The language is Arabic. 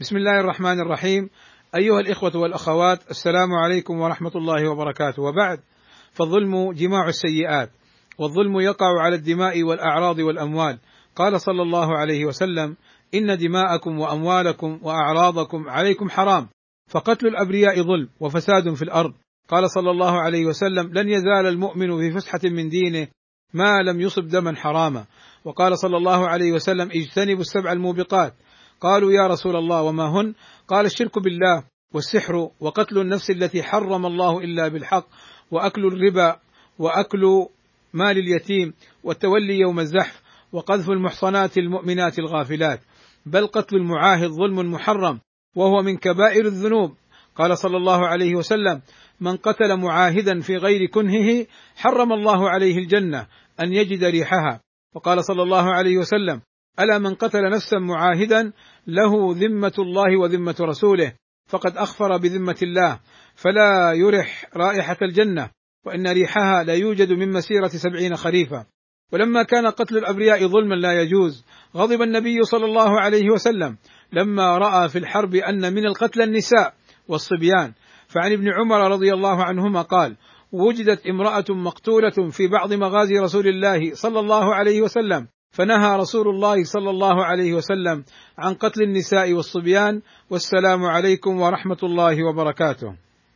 بسم الله الرحمن الرحيم. أيها الإخوة والأخوات، السلام عليكم ورحمة الله وبركاته، وبعد، فالظلم جماع السيئات، والظلم يقع على الدماء والأعراض والأموال. قال صلى الله عليه وسلم: إن دماءكم وأموالكم وأعراضكم عليكم حرام، فقتل الأبرياء ظلم وفساد في الأرض. قال صلى الله عليه وسلم: لن يزال المؤمن في فسحة من دينه ما لم يصب دما حراما. وقال صلى الله عليه وسلم: اجتنبوا السبع الموبقات. قالوا: يا رسول الله وما هن؟ قال: الشرك بالله، والسحر، وقتل النفس التي حرم الله إلا بالحق، وأكل الربا، وأكل مال اليتيم، والتولي يوم الزحف، وقذف المحصنات المؤمنات الغافلات، بل قتل المعاهد ظلم محرم وهو من كبائر الذنوب. قال صلى الله عليه وسلم: من قتل معاهدا في غير كنهه حرم الله عليه الجنة أن يجد ريحها. وقال صلى الله عليه وسلم: ألا من قتل نفسا معاهدا له ذمة الله وذمة رسوله فقد أخفر بذمة الله، فلا يرح رائحة الجنة، وإن ريحها لا يوجد من مسيرة 70 خريفا. ولما كان قتل الأبرياء ظلما لا يجوز، غضب النبي صلى الله عليه وسلم لما رأى في الحرب أن من القتلى النساء والصبيان. فعن ابن عمر رضي الله عنهما قال: وجدت امرأة مقتولة في بعض مغازي رسول الله صلى الله عليه وسلم، فنهى رسول الله صلى الله عليه وسلم عن قتل النساء والصبيان. والسلام عليكم ورحمة الله وبركاته.